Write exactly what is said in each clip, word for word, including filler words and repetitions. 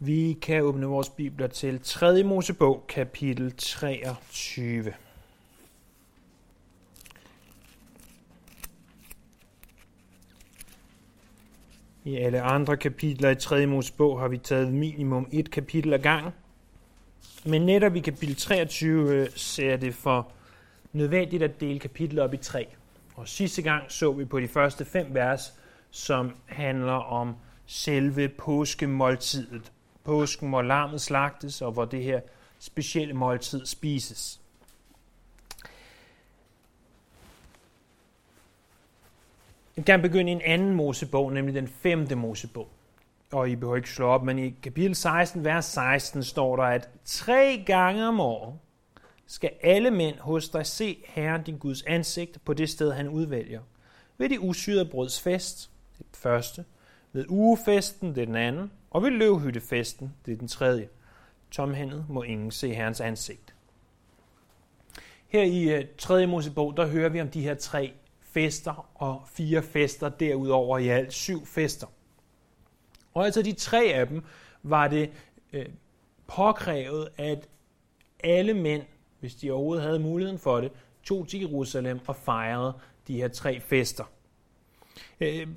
Vi kan åbne vores bibler til tredje Mosebog, kapitel treogtyve. I alle andre kapitler i tredje Mosebog har vi taget minimum et kapitel ad gangen. Men netop i kapitel treogtyve ser det for nødvendigt at dele kapitlet op i tre. Og sidste gang så vi på de første fem vers, som handler om selve påskemåltidet. Påsken, hvor lammet slagtes, og hvor det her specielle måltid spises. Jeg vil gerne begynde i en anden Mosebog, nemlig den femte Mosebog. Og I behøver ikke slå op, men i kapitel seksten, vers seksten, står der, at tre gange om året skal alle mænd hos dig se Herren din Guds ansigt på det sted, han udvælger. Ved de usyrede brøds fest, det er den første. Ved ugefesten, det er den anden. Og ved løvhyttefesten, det er den tredje. Tomhændet må ingen se Herrens ansigt. Her i uh, tredje Mosebog, der hører vi om de her tre fester og fire fester derudover i alt syv fester. Og altså de tre af dem var det øh, påkrævet, at alle mænd, hvis de overhovedet havde muligheden for det, tog til Jerusalem og fejrede de her tre fester. Øh,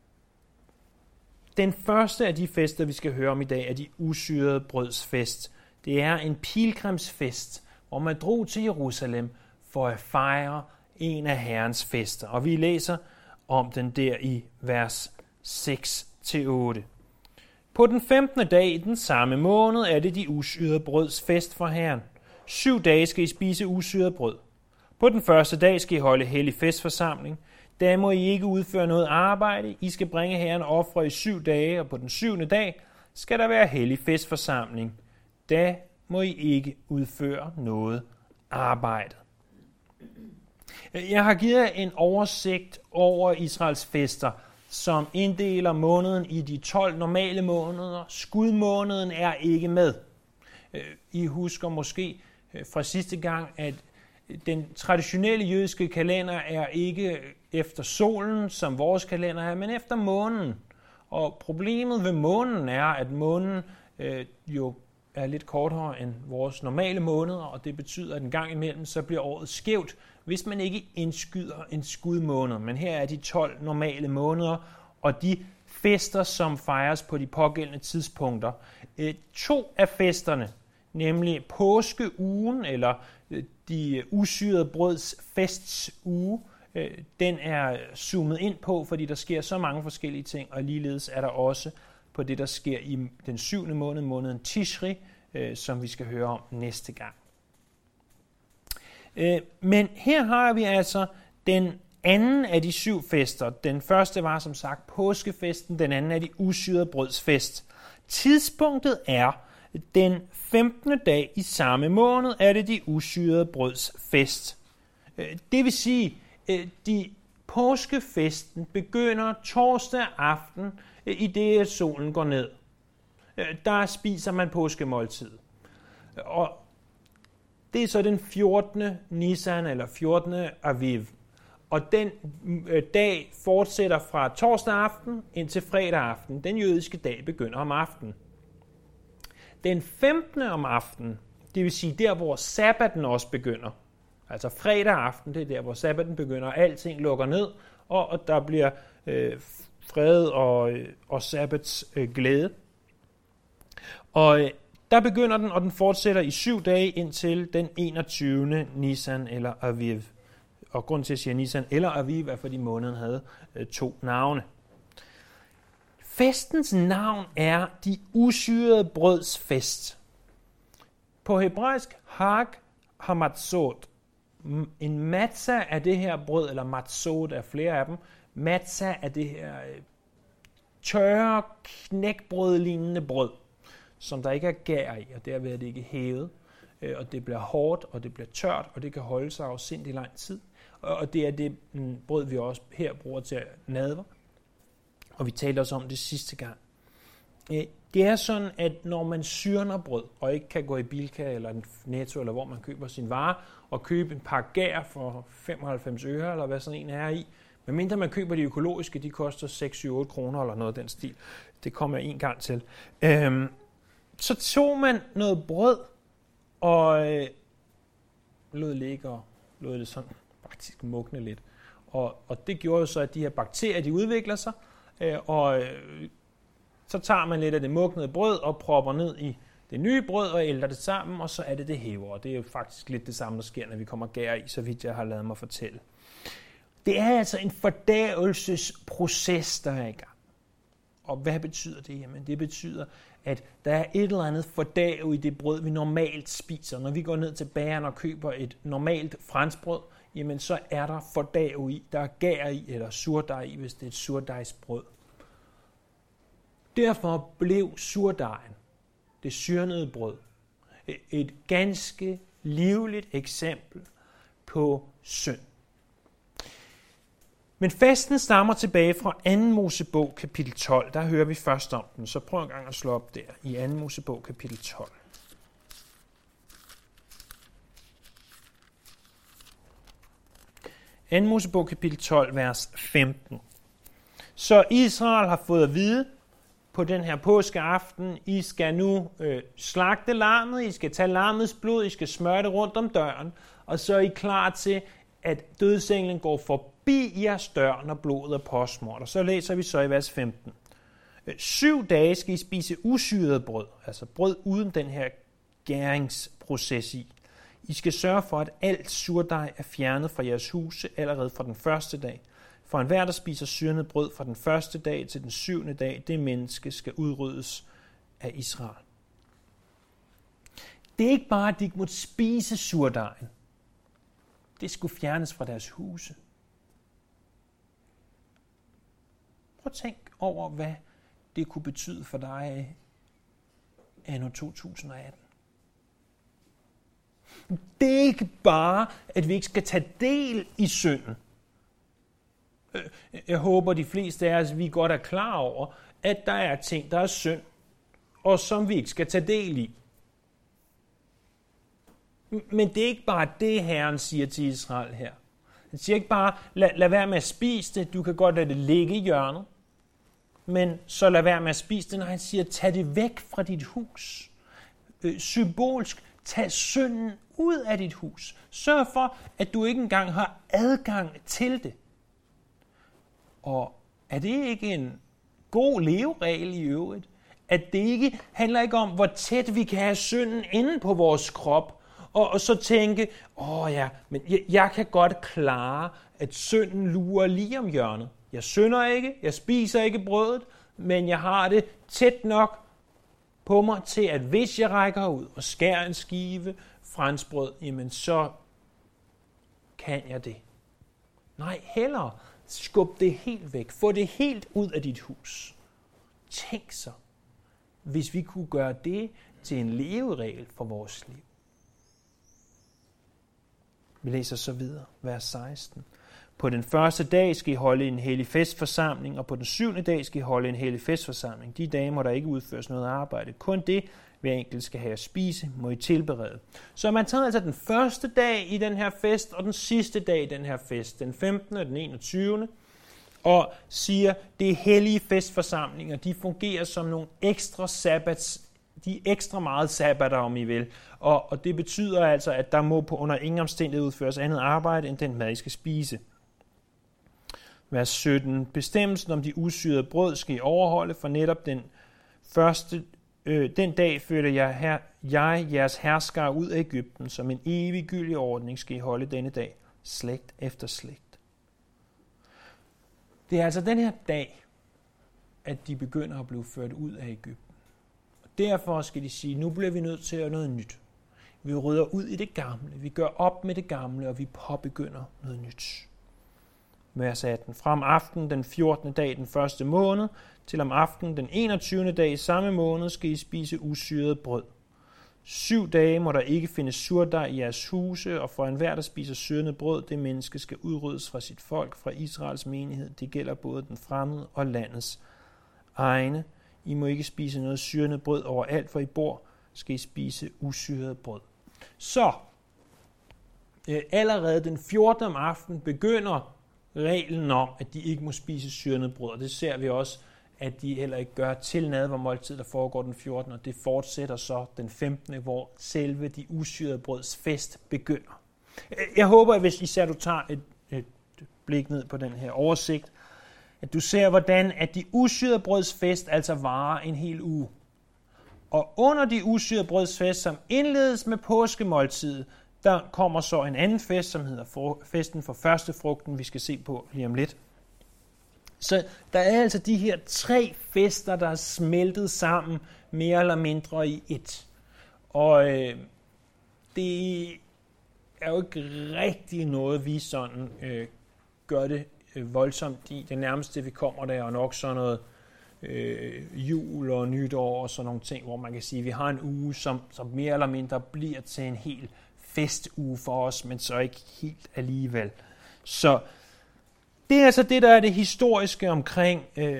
den første af de fester, vi skal høre om i dag, er de usyrede brøds fest. Det er en pilgrimsfest, hvor man drog til Jerusalem for at fejre en af Herrens fester. Og vi læser om den der i vers seks til otte. På den femtende dag i den samme måned er det de usyrede brøds fest for Herren. Syv dage skal I spise usyret brød. På den første dag skal I holde hellig festforsamling. Der må I ikke udføre noget arbejde. I skal bringe Herren ofre i syv dage, og på den syvende dag skal der være hellig festforsamling. Da må I ikke udføre noget arbejde. Jeg har givet jer en oversigt over Israels fester, som inddeler måneden i de tolv normale måneder. Skudmåneden er ikke med. I husker måske fra sidste gang, at den traditionelle jødiske kalender er ikke efter solen, som vores kalender er, men efter månen. Og problemet ved månen er, at månen øh, jo er lidt kortere end vores normale måneder, og det betyder, at en gang imellem så bliver året skævt, hvis man ikke indskyder en skudmåned. Men her er de tolv normale måneder, og de fester, som fejres på de pågældende tidspunkter. Øh, to af festerne, nemlig påskeugen, eller de usyrede brøds fests uge, den er zoomet ind på, fordi der sker så mange forskellige ting, og ligeledes er der også på det, der sker i den syvende måned, måneden Tishri, som vi skal høre om næste gang. Men her har vi altså den anden af de syv fester. Den første var som sagt påskefesten, den anden er de usyrede brøds fest. Tidspunktet er den femtende dag i samme måned, er det de usyrede brøds fest. Det vil sige, de påskefesten begynder torsdag aften, i det solen går ned. Der spiser man påskemåltid. Og det er så den fjortende Nisan eller fjortende Aviv. Og den dag fortsætter fra torsdag aften indtil fredag aften. Den jødiske dag begynder om aftenen. Den femtende om aftenen, det vil sige der, hvor sabbaten også begynder, altså fredag aften, det er der, hvor sabbaten begynder, og alting lukker ned, og, og der bliver øh, fred og, og sabbats øh, glæde. Og øh, der begynder den, og den fortsætter i syv dage indtil den enogtyvende Nisan eller Aviv. Og grund til, at jeg siger Nisan eller Aviv, er, fordi måneden havde øh, to navne. Festens navn er de usyrede brøds fest. På hebraisk Hag Hamatzot. En matzah er det her brød, eller matzot er flere af dem. Matzah er det her tørre, knækbrød-lignende brød, som der ikke er gær i, og derved er det ikke hævet. Og det bliver hårdt, og det bliver tørt, og det kan holde sig afsindig lang tid. Og det er det brød, vi også her bruger til nadver. Og vi talte også om det sidste gang. Det er sådan, at når man syrner brød, og ikke kan gå i Bilka eller en Netto, eller hvor man køber sin vare, og købe en pakke gær for femoghalvfems øre, eller hvad sådan en er i, medmindre man køber de økologiske, de koster seks syv otte kroner, eller noget af den stil. Det kommer jeg en gang til. Øhm, så tog man noget brød og øh, lod ligge og lod det sådan faktisk mugne lidt. Og, og det gjorde så, at de her bakterier, de udvikler sig, øh, og øh, så tager man lidt af det mugnede brød og propper ned i det nye brød og ælter det sammen, og så er det det hæver. Og det er jo faktisk lidt det samme, der sker, når vi kommer gær i, så vidt jeg har ladet mig fortælle. Det er altså en fordærvelsesproces, der er i gang. Og hvad betyder det? Jamen, det betyder, at der er et eller andet fordærv i det brød, vi normalt spiser. Når vi går ned til bageren og køber et normalt franskbrød, jamen så er der fordærv i, der er gær i, eller surdej i, hvis det er et surdejsbrød. Derfor blev surdejen, det syrnede brød, et ganske livligt eksempel på synd. Men festen stammer tilbage fra anden Mosebog kapitel tolv. Der hører vi først om den, så prøv en gang at slå op der i anden Mosebog kapitel tolv. anden Mosebog kapitel tolv, vers femten. Så Israel har fået at vide på den her påskeaften, I skal nu øh, slagte lammet, I skal tage lammets blod, I skal smøre det rundt om døren, og så er I klar til, at dødsenglen går forbi jeres dør, når blodet er påsmurt. Og så læser vi så i vers femten. Syv dage skal I spise usyret brød, altså brød uden den her gæringsproces i. I skal sørge for, at alt surdej er fjernet fra jeres huse allerede fra den første dag. For enhver, der spiser syrnet brød fra den første dag til den syvende dag, det menneske skal udryddes af Israel. Det er ikke bare, at de ikke måtte spise surdejen. Det skulle fjernes fra deres huse. Prøv at tænk over, hvad det kunne betyde for dig anno to tusind og atten. Det er ikke bare, at vi ikke skal tage del i synden. Jeg håber, de fleste af os, vi godt er klar over, at der er ting, der er synd, og som vi ikke skal tage del i. Men det er ikke bare det, Herren siger til Israel her. Han siger ikke bare, lad, lad være med at spise det, du kan godt lade det ligge i hjørnet, men så lad være med at spise det, når han siger, tag det væk fra dit hus. Øh, symbolsk, tag synden ud af dit hus. Sørg for, at du ikke engang har adgang til det. Og er det ikke en god leveregel i øvrigt? At det ikke handler ikke om, hvor tæt vi kan have synden inde på vores krop, og, og så tænke, åh ja, men jeg, jeg kan godt klare, at synden lurer lige om hjørnet. Jeg synder ikke, jeg spiser ikke brødet, men jeg har det tæt nok på mig til, at hvis jeg rækker ud og skærer en skive franskbrød, jamen så kan jeg det. Nej, hellere skub det helt væk. Få det helt ud af dit hus. Tænk så, hvis vi kunne gøre det til en leveregel for vores liv. Vi læser så videre, vers seksten. På den første dag skal I holde en hellig festforsamling, og på den syvende dag skal I holde en hellig festforsamling. De dage må der ikke udføres noget arbejde. Kun det, hver enkelt skal have at spise, må I tilberede. Så man tager altså den første dag i den her fest, og den sidste dag i den her fest, den femtende og den enogtyvende, og siger, det er hellige festforsamlinger, de fungerer som nogle ekstra sabbats, de er ekstra meget sabbater, om I vil. Og, og det betyder altså, at der må på under ingen omstændighed udføres andet arbejde, end den mad, I skal spise. Vers sytten. Bestemmelsen om de usyrede brød skal I overholde, for netop den første øh, den dag førte jeg, her, jeg jeres herskere ud af Egypten, som en eviggyldig ordning skal I holde denne dag, slægt efter slægt. Det er altså den her dag, at de begynder at blive ført ud af Egypten. Og derfor skal de sige, nu bliver vi nødt til at gøre noget nyt. Vi rydder ud i det gamle, vi gør op med det gamle, og vi påbegynder noget nyt. Vers atten. Fra om aftenen den fjortende dag den første måned, til om aftenen den enogtyvende dag i samme måned, skal I spise usyret brød. Syv dage må der ikke findes surdej i jeres huse, og for enhver, der spiser syrnet brød, det menneske skal udryddes fra sit folk, fra Israels menighed. Det gælder både den fremmede og landets egne. I må ikke spise noget syrnet brød overalt, hvor I bor, skal I spise usyret brød. Så, øh, allerede den fjortende om aftenen begynder reglen om, at de ikke må spise syrnet brød. Og det ser vi også at de heller ikke gør til nadvermåltid, der foregår den fjortende, og det fortsætter så den femtende, hvor selve de usyrede brøds fest begynder. Jeg håber, at hvis især du tager et, et blik ned på den her oversigt, at du ser, hvordan at de usyrede brøds fest altså varer en hel uge. Og under de usyrede brøds fest, som indledes med påskemåltidet, der kommer så en anden fest, som hedder for, festen for første frugten, vi skal se på lige om lidt. Så der er altså de her tre fester, der er smeltet sammen, mere eller mindre i ét. Og øh, det er jo ikke rigtig noget, vi sådan øh, gør det øh, voldsomt i. Det nærmeste, vi kommer, der er nok sådan noget øh, jul og nytår og sådan nogle ting, hvor man kan sige, at vi har en uge, som, som mere eller mindre bliver til en hel festuge for os, men så ikke helt alligevel. Så det er altså det, der er det historiske omkring øh,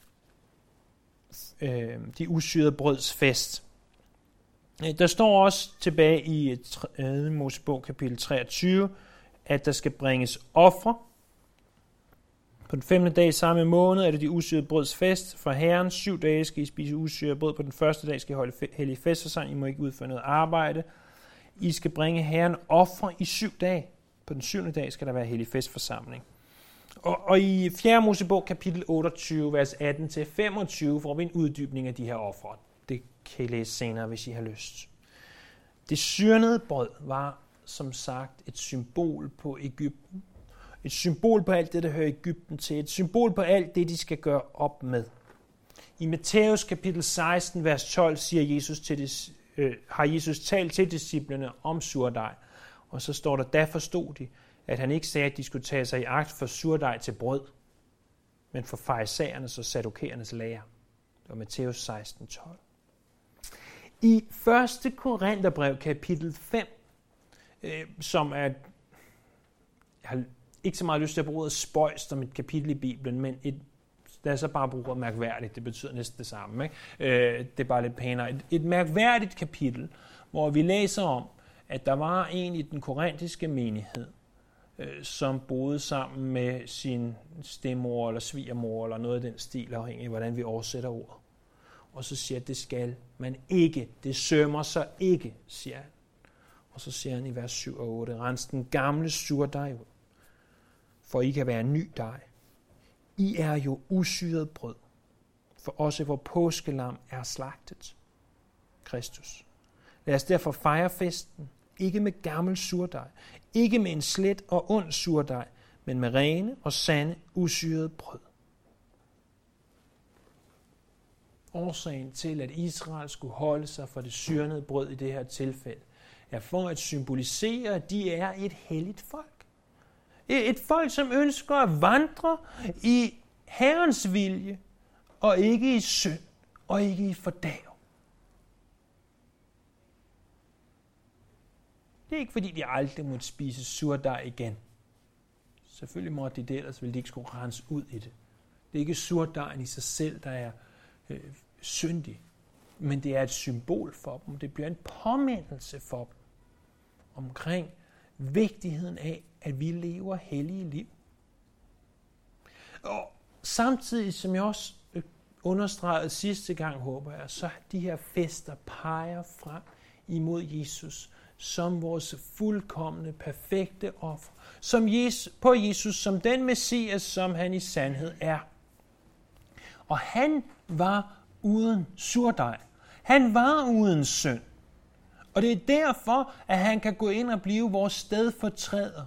øh, de usyrede brøds fest. Der står også tilbage i tredje Mosebog kapitel treogtyve, at der skal bringes ofre. På den femte dag samme måned er det de usyrede brøds fest for Herren. Syv dage skal I spise usyret brød. På den første dag skal I holde hellige fester sammen. I må ikke udføre noget arbejde. I skal bringe Herren ofre i syv dage. På den syvende dag skal der være hellig festforsamling. Og, og i fjerde Mosebog kapitel otteogtyve, vers atten til femogtyve, får vi en uddybning af de her ofre. Det kan I læse senere, hvis I har lyst. Det syrnede brød var, som sagt, et symbol på Egypten. Et symbol på alt det, der hører Egypten til. Et symbol på alt det, de skal gøre op med. I Matthæus kapitel seksten, vers tolv, siger Jesus til det, øh, har Jesus talt til disciplene om surdej. Og så står der, da forstod de, at han ikke sagde, at de skulle tage sig i agt for surdej til brød, men for farisæernes og saddukernes lære. Det var Matthæus seksten, tolv. I første Korintherbrev kapitel fem, øh, som er, jeg har ikke så meget lyst til at bruge ordet spøjst som et kapitel i Bibelen, men et, lad os så bare bruge ordet mærkværdigt, det betyder næsten det samme. Ikke? Øh, det er bare lidt pænere. Et, et mærkværdigt kapitel, hvor vi læser om, at der var en i den korintiske menighed, øh, som boede sammen med sin stemmor eller svigermor eller noget af den stil, afhængig af hvordan vi oversætter ordet. Og så siger han, at det skal man ikke. Det sømmer sig ikke, siger han. Og så siger han i vers syv og otte, rens den gamle surdej ud, for I kan være en ny dej. I er jo usyret brød, for også hvor påskelam er slagtet, Kristus. Lad os derfor fejre festen, ikke med gammel surdej, ikke med en slet og ond surdej, men med rene og sande usyret brød. Årsagen til, at Israel skulle holde sig for det syrnede brød i det her tilfælde, er for at symbolisere, at de er et helligt folk. Et folk, som ønsker at vandre i Herrens vilje, og ikke i synd, og ikke i fordav. Det er ikke fordi, de aldrig måtte spise surdej igen. Selvfølgelig måtte de det, ellers ville de ikke skulle rense ud i det. Det er ikke surdejen i sig selv, der er øh, syndig, men det er et symbol for dem. Det bliver en påmindelse for dem omkring vigtigheden af, at vi lever hellige liv. Og samtidig, som jeg også understregede sidste gang, håber jeg, så de her fester peger frem imod Jesus som vores fuldkomne, perfekte offer. Som Jesus, på Jesus som den Messias, som han i sandhed er. Og han var uden surdej. Han var uden synd. Og det er derfor, at han kan gå ind og blive vores stedfortræder.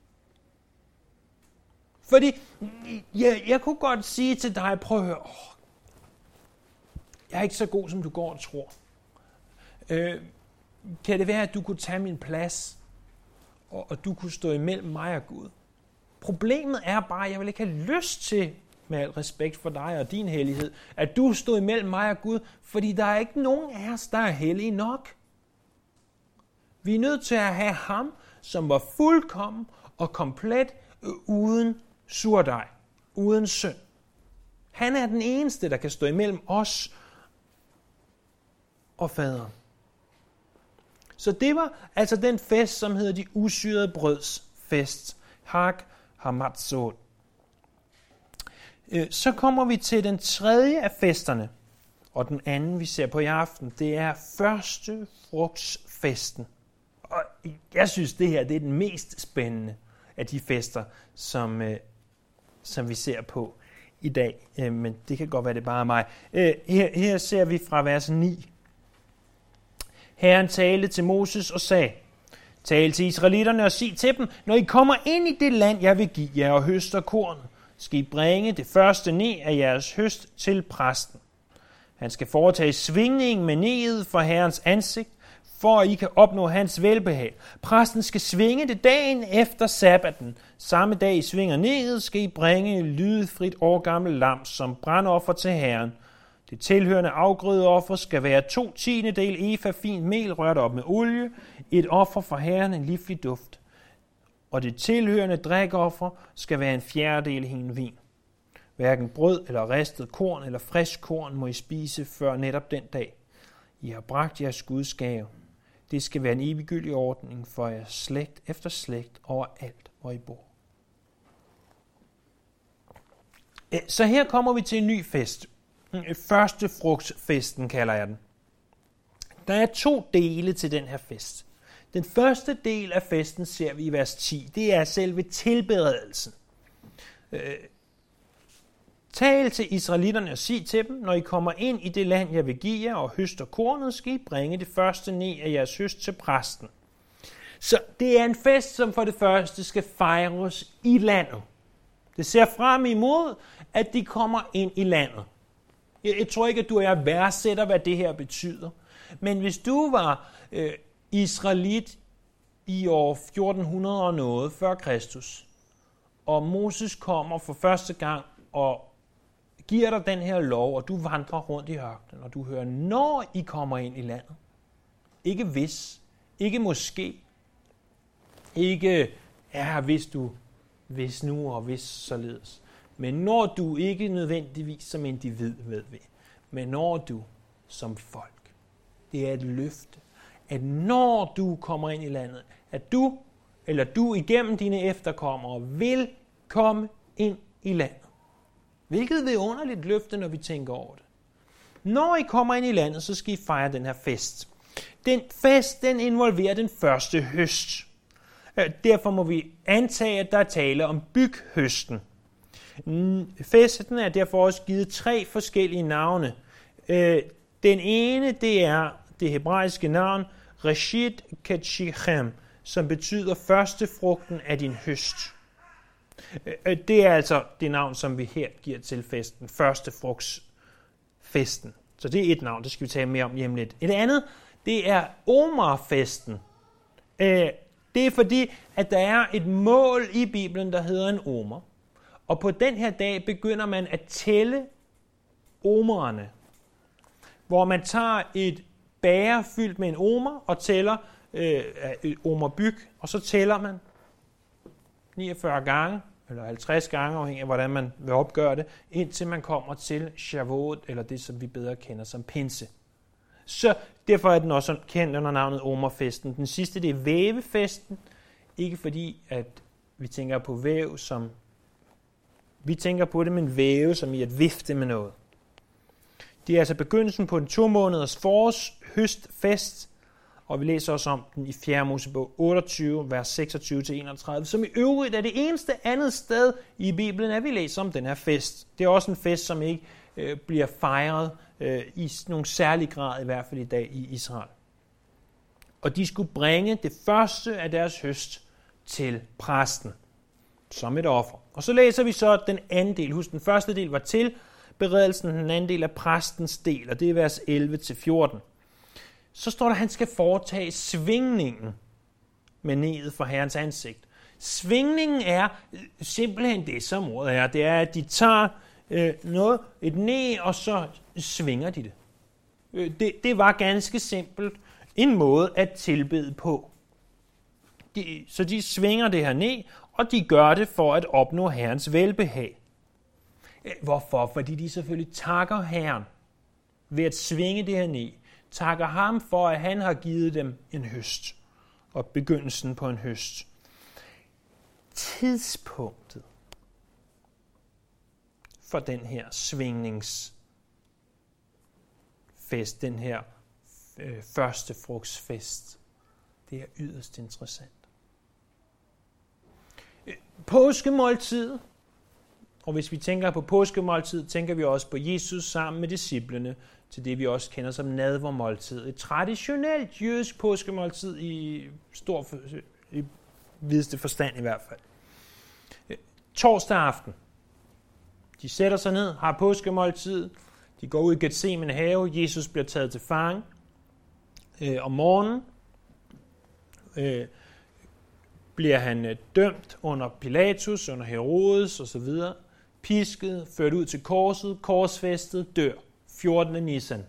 Fordi jeg, jeg kunne godt sige til dig, prøv at høre, åh, jeg er ikke så god, som du går og tror. Øh, kan det være, at du kunne tage min plads, og, og du kunne stå imellem mig og Gud? Problemet er bare, at jeg vil ikke have lyst til, med al respekt for dig og din hellighed, at du stod imellem mig og Gud, fordi der er ikke nogen af os, der er hellige nok. Vi er nødt til at have ham, som var fuldkommen og komplet uden surdej, uden synd. Han er den eneste, der kan stå imellem os og faderen. Så det var altså den fest, som hedder de usyrede brøds fest. Hag Hamatzot. Så kommer vi til den tredje af festerne, og den anden, vi ser på i aften, det er første frugtsfesten. Og jeg synes, det her det er den mest spændende af de fester, som, som vi ser på i dag. Men det kan godt være, det bare er mig. Her, her ser vi fra vers ni. Herren talte til Moses og sagde, tal til israelitterne og sig til dem, når I kommer ind i det land, jeg vil give jer og høster kornet, skal I bringe det første ne af jeres høst til præsten. Han skal foretage svingningen med neet for Herrens ansigt, for at I kan opnå hans velbehag. Præsten skal svinge det dagen efter sabbaten. Samme dag I svinger neet, skal I bringe lydefrit årgammel lam som brandoffer til Herren. Det tilhørende afgrødeoffer skal være to tiendedel efa fint mel rørt op med olie, et offer for Herren, en livlig duft. Og det tilhørende drikoffer skal være en fjerdedel hin vin. Hverken brød eller ristet korn eller frisk korn må I spise før netop den dag. I har bragt jeres Guds gave. Det skal være en eviggyldig ordning for jeres slægt efter slægt overalt, hvor I bor. Så her kommer vi til en ny fest. Første frugtsfesten kalder jeg den. Der er to dele til den her fest. Den første del af festen ser vi i vers ti. Det er selve tilberedelsen. Øh, Tal til israelitterne og sig til dem, når I kommer ind i det land, jeg vil give jer, og høster kornet, skal I bringe det første ne af jeres høst til præsten. Så det er en fest, som for det første skal fejres i landet. Det ser frem imod, at de kommer ind i landet. Jeg, jeg tror ikke, at du og jeg værdsætter, hvad det her betyder. Men hvis du var øh, israelit i år fjorten hundrede og noget før Kristus, og Moses kommer for første gang og giver dig den her lov, og du vandrer rundt i ørkenen, og du hører, når I kommer ind i landet. Ikke hvis, ikke måske, ikke, ja, hvis du, hvis nu og hvis således. Men når du ikke nødvendigvis som individ ved vi, men når du som folk. Det er et løfte, at når du kommer ind i landet, at du, eller du igennem dine efterkommere, vil komme ind i landet. Hvilket er et underligt løfte, når vi tænker over det. Når I kommer ind i landet, så skal I fejre den her fest. Den fest, den involverer den første høst. Derfor må vi antage, at der er tale om byghøsten. Festen er derfor også givet tre forskellige navne. Den ene, det er det hebraiske navn Reshit Ketchichem, som betyder første frugten af din høst. Det er altså det navn, som vi her giver til festen. Første frugtsfesten. Så det er et navn, det skal vi tale mere om hjemme lidt. Et andet, det er Omerfesten. Det er fordi, at der er et mål i Bibelen, der hedder en omer. Og på den her dag begynder man at tælle omererne. Hvor man tager et bæger fyldt med en omer og tæller øh, et omerbyg, og så tæller man niogfyrre gange, eller halvtreds gange, afhængig af hvordan man vil opgøre det, indtil man kommer til Shavuot, eller det, som vi bedre kender som pinse. Så derfor er den også kendt under navnet Omerfesten. Den sidste, det er vævefesten. Ikke fordi, at vi tænker på væv som... Vi tænker på det, men væve som i at vifte med noget. Det er altså begyndelsen på en to måneders forårshøstfest, og vi læser også om den i fjerde Mosebog otteogtyve, vers seksogtyve til enogtredive, som i øvrigt er det eneste andet sted i Bibelen, at vi læser om den her fest. Det er også en fest, som ikke øh, bliver fejret øh, i nogen særlig grad, i hvert fald i dag i Israel. Og de skulle bringe det første af deres høst til præsten, som et offer. Og så læser vi så den anden del. Husk, den første del var til beredelsen, den anden del er præstens del, og det er vers elleve til fjorten. Så står der, at han skal foretage svingningen med neet for Herrens ansigt. Svingningen er simpelthen det, som ordet er. Det er, at de tager øh, noget, et ne, og så svinger de det. Øh, det. Det var ganske simpelt en måde at tilbede på. De, så de svinger det her ne, og de gør det for at opnå Herrens velbehag. Hvorfor? Fordi de selvfølgelig takker Herren ved at svinge det her ne. Takker ham for, at han har givet dem en høst. Og begyndelsen på en høst. Tidspunktet for den her svingningsfest, den her øh, første frugtsfest. Det er yderst interessant. Påskemåltid. Og hvis vi tænker på påskemåltid, tænker vi også på Jesus sammen med disciplene, til det vi også kender som nadvermåltid. Et traditionelt jødisk påskemåltid i stor, i videste forstand i hvert fald. Torsdag aften. De sætter sig ned, har påskemåltid. De går ud i Getsemane have. Jesus bliver taget til fange. Øh, om morgenen øh, bliver han øh, dømt under Pilatus, under Herodes osv. Pisket, ført ud til korset, korsfæstet, dør. fjortende Nisan.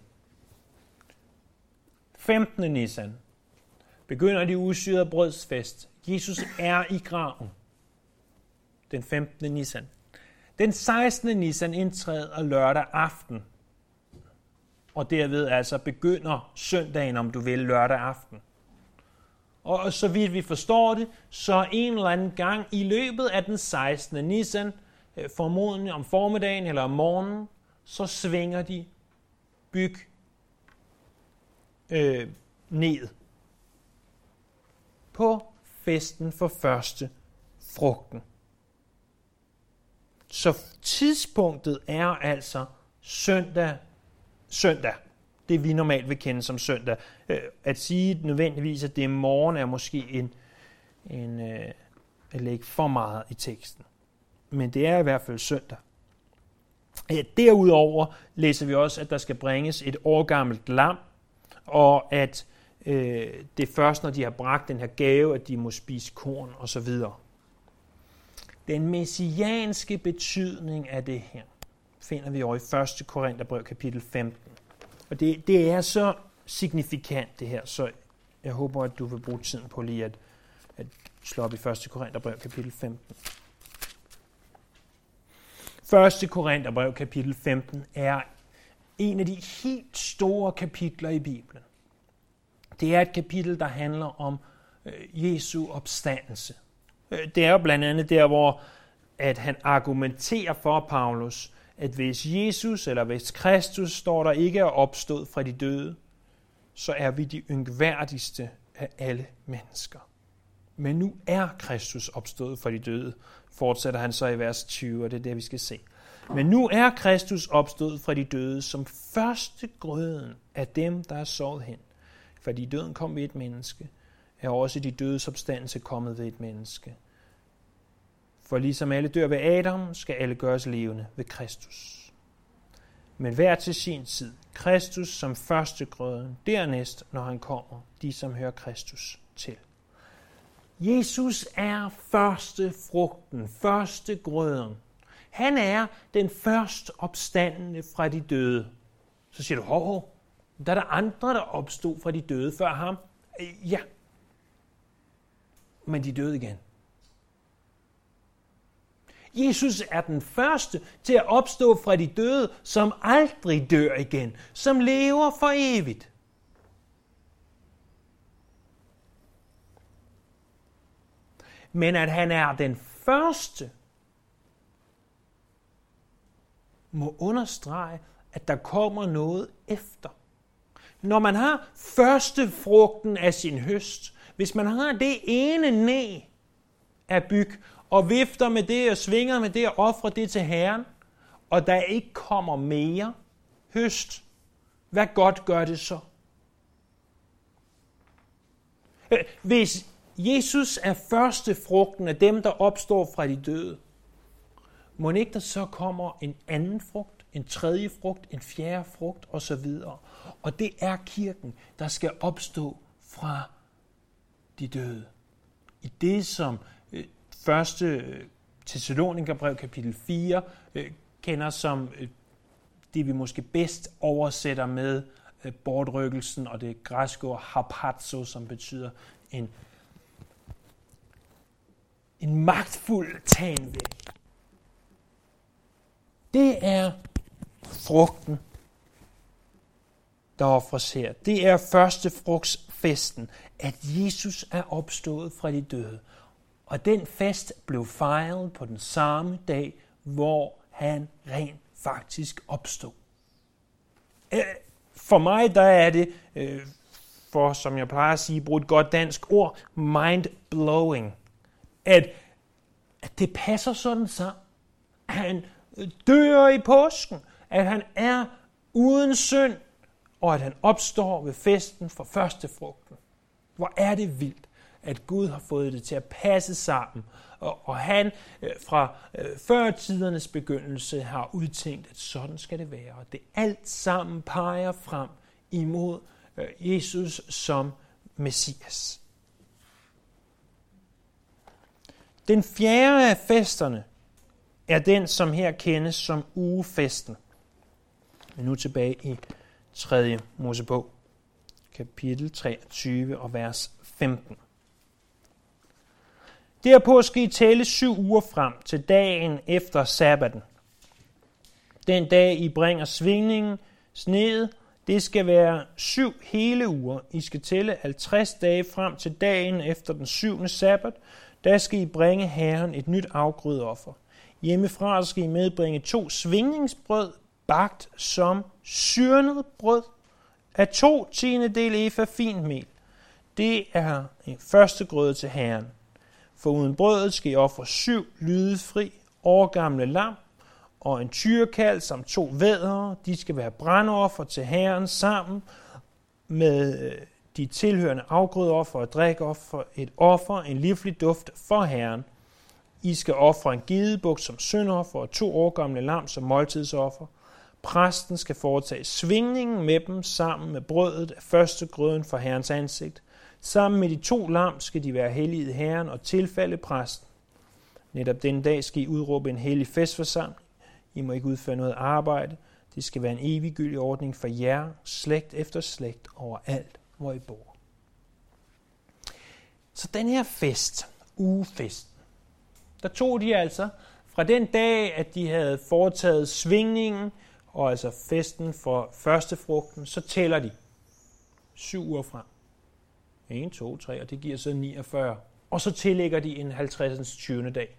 femtende Nisan. Begynder de usyrede brødsfest. Jesus er i graven. Den femtende Nisan. Den sekstende Nisan indtræder lørdag aften. Og derved altså begynder søndagen, om du vil, lørdag aften. Og så vidt vi forstår det, så en eller anden gang i løbet af den sekstende Nisan, formodentlig om formiddagen eller om morgenen, så svinger de byg øh, ned på festen for første frugten. Så tidspunktet er altså søndag, søndag. Det vi normalt vil kende som søndag. At sige nødvendigvis, at det er morgen, er måske en, en øh, at lægge for meget i teksten. Men det er i hvert fald søndag. Derudover læser vi også, at der skal bringes et årgammelt lam, og at øh, det er først, når de har bragt den her gave, at de må spise korn osv. Den messianske betydning af det her finder vi over i første Korintherbrev kapitel femten. Og det, det er så signifikant det her, så jeg håber, at du vil bruge tiden på lige at, at slå op i første Korintherbrev kapitel femten. første Korintherbrev kapitel femten er en af de helt store kapitler i Bibelen. Det er et kapitel, der handler om øh, Jesu opstandelse. Det er jo blandt andet der, hvor at han argumenterer for Paulus, at hvis Jesus eller hvis Kristus står der ikke er opstået fra de døde, så er vi de yngværdigste af alle mennesker. Men nu er Kristus opstået fra de døde, fortsætter han så i vers tyve, og det er det, vi skal se. Men nu er Kristus opstået fra de døde som første grøden af dem, der er sovet hen. Fordi døden kom ved et menneske, er også de dødes opstandelse kommet ved et menneske. For ligesom alle dør ved Adam, skal alle gøres levende ved Kristus. Men hver til sin tid. Kristus som første grøden, dernæst, når han kommer, de som hører Kristus til. Jesus er første frugten, første grøden. Han er den første opstandende fra de døde. Så siger du, hov, hov, der er der andre, der opstod fra de døde før ham. Ja, men de døde igen. Jesus er den første til at opstå fra de døde, som aldrig dør igen, som lever for evigt. Men at han er den første, må understrege, at der kommer noget efter. Når man har første frugten af sin høst, hvis man har det ene næ af byg, og vifter med det, og svinger med det, og offrer det til Herren, og der ikke kommer mere høst, hvad godt gør det så? Hvis Jesus er første frugten af dem, der opstår fra de døde, må ikke der så kommer en anden frugt, en tredje frugt, en fjerde frugt osv. Og det er kirken, der skal opstå fra de døde. I det, som første Thessalonikerbrev kapitel fire kender som det, vi måske bedst oversætter med bortrykkelsen, og det græske ord harpazo, som betyder en, en magtfuld tagen væk. Det er frugten, der offres her. Det er første frugtsfesten, at Jesus er opstået fra de døde. Og den fest blev fejret på den samme dag, hvor han rent faktisk opstod. For mig der er det, for som jeg plejer at sige, bruge et godt dansk ord, mind-blowing. At, at det passer sådan sammen. At han dør i påsken, at han er uden synd, og at han opstår ved festen for førstefrugten. Hvor er det vildt, at Gud har fået det til at passe sammen, og, og han øh, fra øh, før tidernes begyndelse har udtænkt, at sådan skal det være. Og det alt sammen peger frem imod øh, Jesus som Messias. Den fjerde af festerne er den, som her kendes som ugefesten. Vi er nu tilbage i tredje Mosebog, kapitel treogtyve og vers femten. Derpå skal I tælle syv uger frem til dagen efter sabbaten. Den dag I bringer svingningen snedet, det skal være syv hele uger. I skal tælle halvtreds dage frem til dagen efter den syvende sabbat. Der skal I bringe Herren et nyt afgrødeoffer. Hjemmefra skal I medbringe to svingningsbrød, bagt som syrnet brød af to tiendedel efa fint mel. Det er en første grøde til Herren. For uden brødet skal I ofre syv lydefri årgamle lam og en tyrekalv samt to væddere. De skal være brandoffer til Herren sammen med de tilhørende afgrødeoffer og drikoffer, et offer, en livlig duft for Herren. I skal ofre en gedebugt som syndoffer og to årgamle lam som måltidsoffer. Præsten skal foretage svingningen med dem sammen med brødet af første grøden for Herrens ansigt. Sammen med de to lam skal de være hellige Herren og tilfalde præsten. Netop den dag skal I udråbe en hellig festforsamling. I må ikke udføre noget arbejde. Det skal være en eviggyldig ordning for jer, slægt efter slægt, overalt, hvor I bor. Så den her fest, ugefesten, der tog de altså fra den dag, at de havde foretaget svingningen, og altså festen for førstefrugten, så tæller de syv uger frem. en, to, tre, og det giver så niogfyrre. Og så tillægger de en halvtredsende tyvende dag.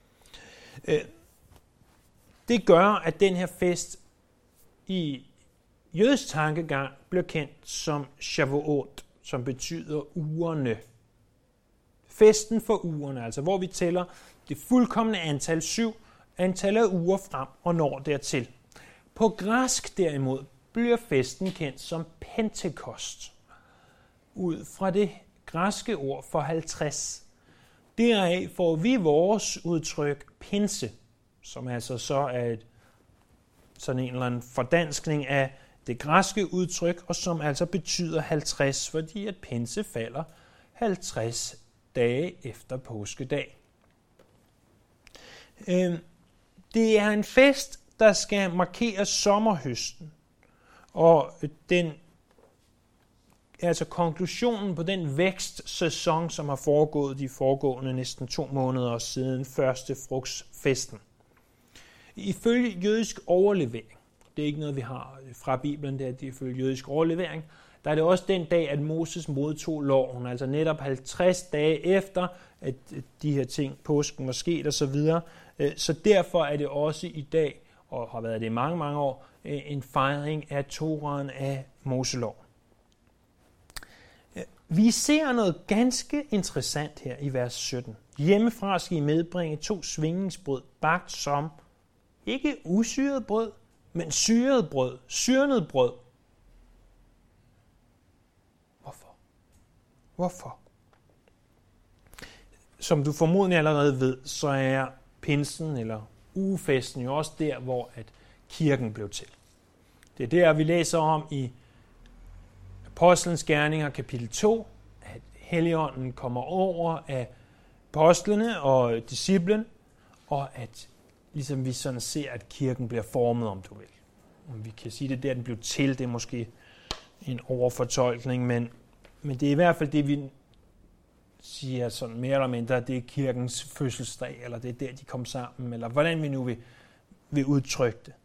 Det gør, at den her fest i jødisk tankegang bliver kendt som Shavuot, som betyder ugerne. Festen for ugerne, altså hvor vi tæller det fuldkomne antal syv, antallet af uger frem og når dertil. På græsk derimod bliver festen kendt som Pentekost, ud fra det græske ord for halvtreds. Deraf får vi vores udtryk pinse, som altså så er et, sådan en eller anden fordanskning af det græske udtryk, og som altså betyder halvtreds, fordi at pinse falder halvtreds dage efter påskedag. Det er en fest, der skal markere sommerhøsten, og den altså konklusionen på den vækstsæson, som har foregået de foregående næsten to måneder siden første frugtsfesten. Ifølge jødisk overlevering, det er ikke noget, vi har fra Bibelen, det er, det er ifølge jødisk overlevering, der er det også den dag, at Moses modtog loven, altså netop halvtreds dage efter, at de her ting, påsken var sket og så videre. Så derfor er det også i dag, og har været det i mange, mange år, en fejring af Toraen af Moseloven. Vi ser noget ganske interessant her i vers sytten. Hjemmefra skal I medbringe to svingningsbrød, bagt som ikke usyret brød, men syret brød, syrnet brød. Hvorfor? Hvorfor? Som du formodentlig allerede ved, så er pinsen eller ugefesten jo også der, hvor at kirken blev til. Det er der, vi læser om i Apostlenes Gerninger kapitel to, at Helligånden kommer over af apostlene og disciplen, og at ligesom vi sådan ser, at kirken bliver formet, om du vil. Og vi kan sige, det der, den blev til, det er måske en overfortolkning, men, men det er i hvert fald det, vi siger sådan mere eller mindre, det er kirkens fødselsdag, eller det er der, de kom sammen, eller hvordan vi nu vil, vil udtrykke det.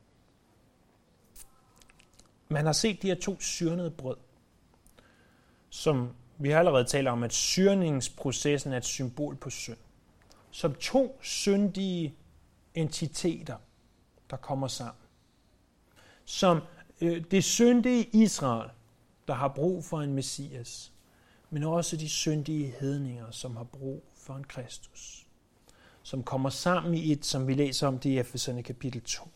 Man har set de her to syrnede brød, som vi har allerede talt om, at syrningsprocessen er et symbol på synd. Som to syndige entiteter, der kommer sammen. Som øh, det syndige Israel, der har brug for en Messias, men også de syndige hedninger, som har brug for en Kristus, som kommer sammen i et, som vi læser om det i Efeserne kapitel to.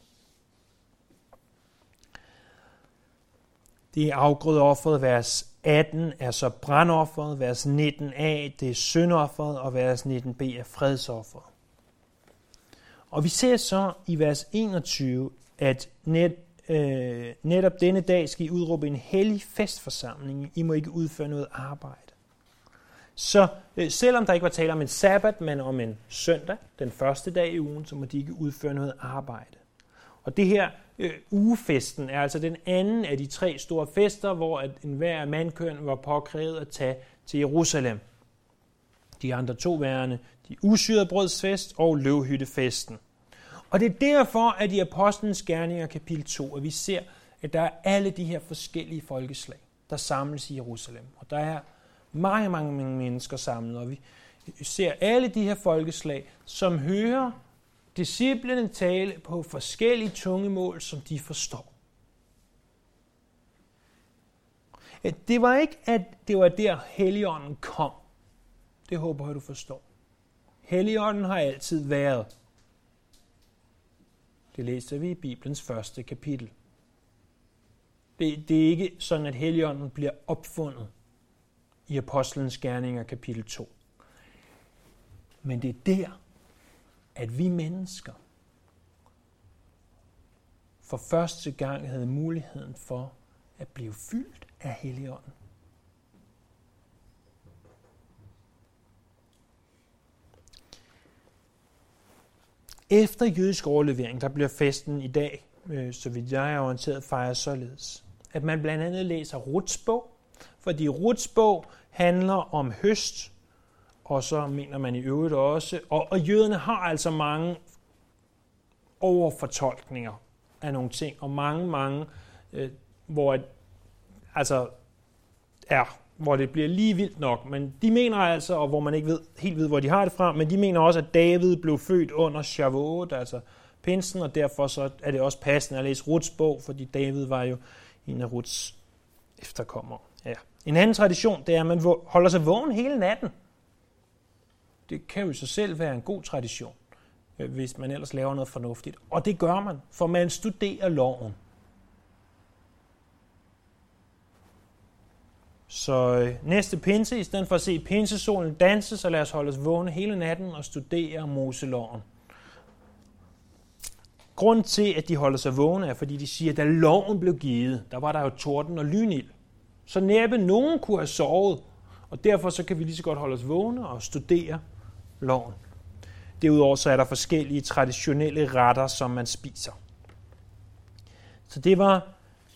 Det er afgrødeofferet, vers atten er så brandofferet, vers nitten a, det er syndofferet, og vers nitten b er fredsofferet. Og vi ser så i vers enogtyve, at net, øh, netop denne dag skal I udråbe en hellig festforsamling. I må ikke udføre noget arbejde. Så øh, selvom der ikke var tale om en sabbat, men om en søndag, den første dag i ugen, så må de ikke udføre noget arbejde. Og det her øh, ugefesten er altså den anden af de tre store fester, hvor at enhver af mandkøn var påkrævet at tage til Jerusalem. De andre to værende, de usyrede brødsfest og løvhyttefesten. Og det er derfor, at i Apostlenes Gerninger kapitel to, at vi ser, at der er alle de her forskellige folkeslag, der samles i Jerusalem. Og der er mange, mange, mange mennesker samlet, og vi ser alle de her folkeslag, som hører disciplene tale på forskellige tungemål, som de forstår. Det var ikke, at det var der Helligånden kom. Det håber jeg, du forstår. Helligånden har altid været. Det læser vi i Bibelens første kapitel. Det, det er ikke sådan, at Helligånden bliver opfundet i Apostlenes Gerninger kapitel to. Men det er der, at vi mennesker for første gang havde muligheden for at blive fyldt af Helligånden. Efter jødisk overlevering, der bliver festen i dag, øh, så vidt jeg er orienteret, fejret således, at man blandt andet læser Ruts bog, fordi Ruts bog handler om høst, og så mener man i øvrigt også, og, og jøderne har altså mange overfortolkninger af nogle ting, og mange, mange, øh, hvor, et, altså, er, hvor det bliver lige vildt nok, men de mener altså, og hvor man ikke ved, helt ved, hvor de har det fra, men de mener også, at David blev født under Shavuot, altså pinsen, og derfor så er det også passende at læse Ruts bog, fordi David var jo en af Ruts efterkommere. Ja. En anden tradition, det er, at man holder sig vågen hele natten. Det kan jo i sig selv være en god tradition, hvis man ellers laver noget fornuftigt. Og det gør man, for man studerer loven. Så næste pinse, i stedet for at se pinsesolen danse, så lad os holde os vågne hele natten og studere Moseloven. Grunden til, at de holder sig vågne, er, fordi de siger, at da loven blev givet, der var der jo torden og lynild. Så næppe nogen kunne have sovet, og derfor så kan vi lige så godt holde os vågne og studere loven. Derudover så er der forskellige traditionelle retter, som man spiser. Så det var,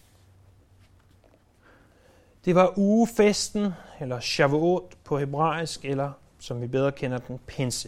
det var ugefesten, eller Shavuot på hebraisk, eller som vi bedre kender den, pinse.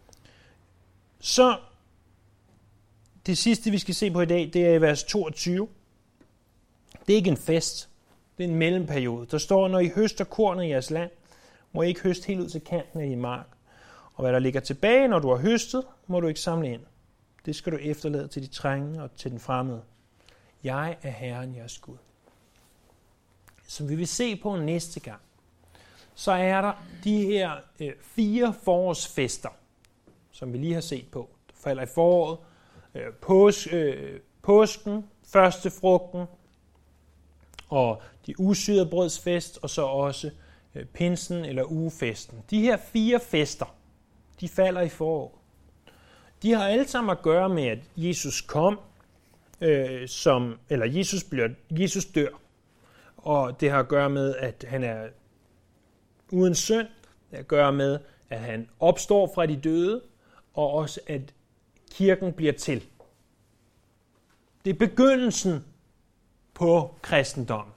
Så det sidste, vi skal se på i dag, det er i vers toogtyve. Det er ikke en fest, det er en mellemperiode. Der står, når I høster kornet i jeres land, må I ikke høste helt ud til kanten af din mark. Og hvad der ligger tilbage, når du har høstet, må du ikke samle ind. Det skal du efterlade til de trængende og til den fremmede. Jeg er Herren, jeres Gud. Som vi vil se på næste gang, så er der de her øh, fire forårsfester, som vi lige har set på. Der falder i foråret. Øh, pås, øh, påsken, første frugten, og de usyrede brødsfest, og så også øh, pinsen eller ugefesten. De her fire fester, de falder i foråret. De har alle sammen at gøre med, at Jesus kom, øh, som, eller Jesus, bliver, Jesus dør. Og det har at gøre med, at han er uden synd. Det har at gøre med, at han opstår fra de døde, og også at kirken bliver til. Det er begyndelsen på kristendommen.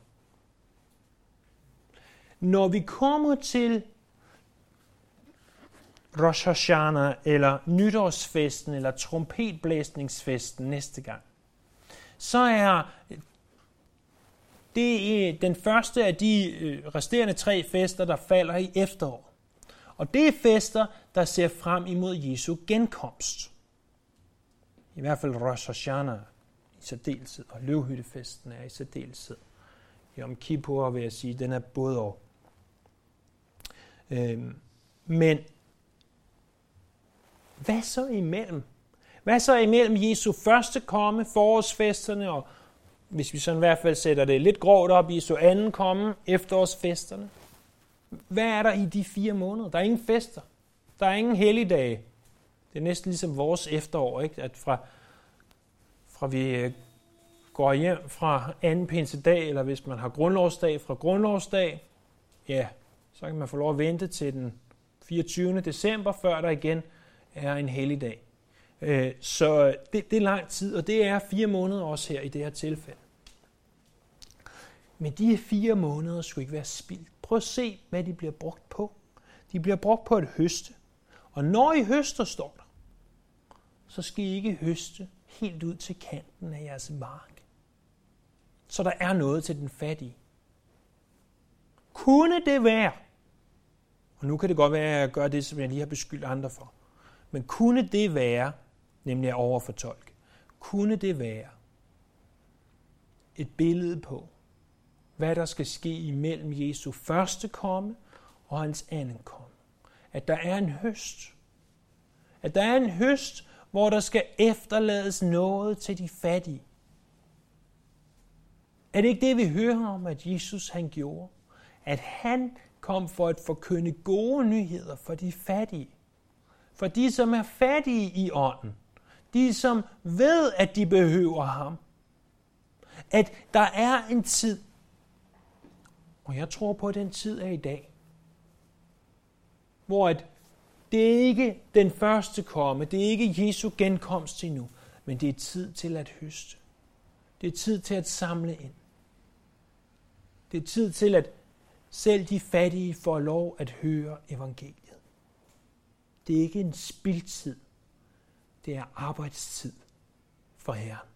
Når vi kommer til Rosh Hashanah, eller nytårsfesten, eller trompetblæsningsfesten næste gang, så er det er den første af de resterende tre fester, der falder i efterår. Og det er fester, der ser frem imod Jesu genkomst. I hvert fald Rosh Hashanah i særdeleshed, og løvhyttefesten er i særdeleshed. Yom Kippur vil jeg sige, den er både og. Øhm, men hvad så imellem? Hvad så imellem Jesu første komme, forårsfesterne, og hvis vi sådan i hvert fald sætter det lidt grovt op, Jesu anden komme, efterårsfesterne? Hvad er der i de fire måneder? Der er ingen fester. Der er ingen helligdage. Det er næsten ligesom vores efterår, ikke? At fra, fra vi går hjem fra anden pinsedag, eller hvis man har grundlovsdag fra grundlovsdag, ja, så kan man få lov at vente til den fireogtyvende december, før der igen er en helligdag. Så det, det er lang tid, og det er fire måneder også her i det her tilfælde. Men de fire måneder skulle ikke være spildt. Prøv at se, hvad de bliver brugt på. De bliver brugt på at høste. Og når I høster, står der, så skal I ikke høste helt ud til kanten af jeres mark. Så der er noget til den fattige. Kunne det være, og nu kan det godt være, at jeg gør det, som jeg lige har beskyldt andre for, men kunne det være, nemlig at overfortolke, kunne det være et billede på, hvad der skal ske imellem Jesu første komme og hans anden komme? At der er en høst. At der er en høst, hvor der skal efterlades noget til de fattige. Er det ikke det, vi hører om, at Jesus han gjorde? At han kom for at forkynde gode nyheder for de fattige. For de, som er fattige i ånden. De, som ved, at de behøver ham. At der er en tid, og jeg tror på, at den tid er i dag, hvor at det er ikke den første komme, det er ikke Jesu genkomst endnu, men det er tid til at høste. Det er tid til at samle ind. Det er tid til, at selv de fattige får lov at høre evangeliet. Det er ikke en spildtid. Det er arbejdstid for Herren.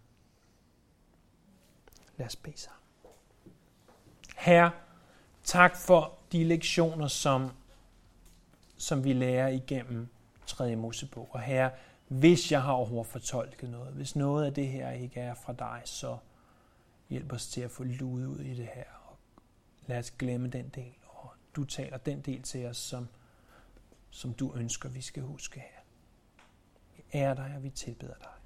Lad os bede sammen. Herre, tak for de lektioner, som, som vi lærer igennem tredje Mosebog. Og Herre, hvis jeg har overfortolket noget, hvis noget af det her ikke er fra dig, så hjælp os til at få luet ud i det her. Og lad os glemme den del, og du taler den del til os, som, som du ønsker, vi skal huske her. Vi ærer dig, og vi tilbeder dig.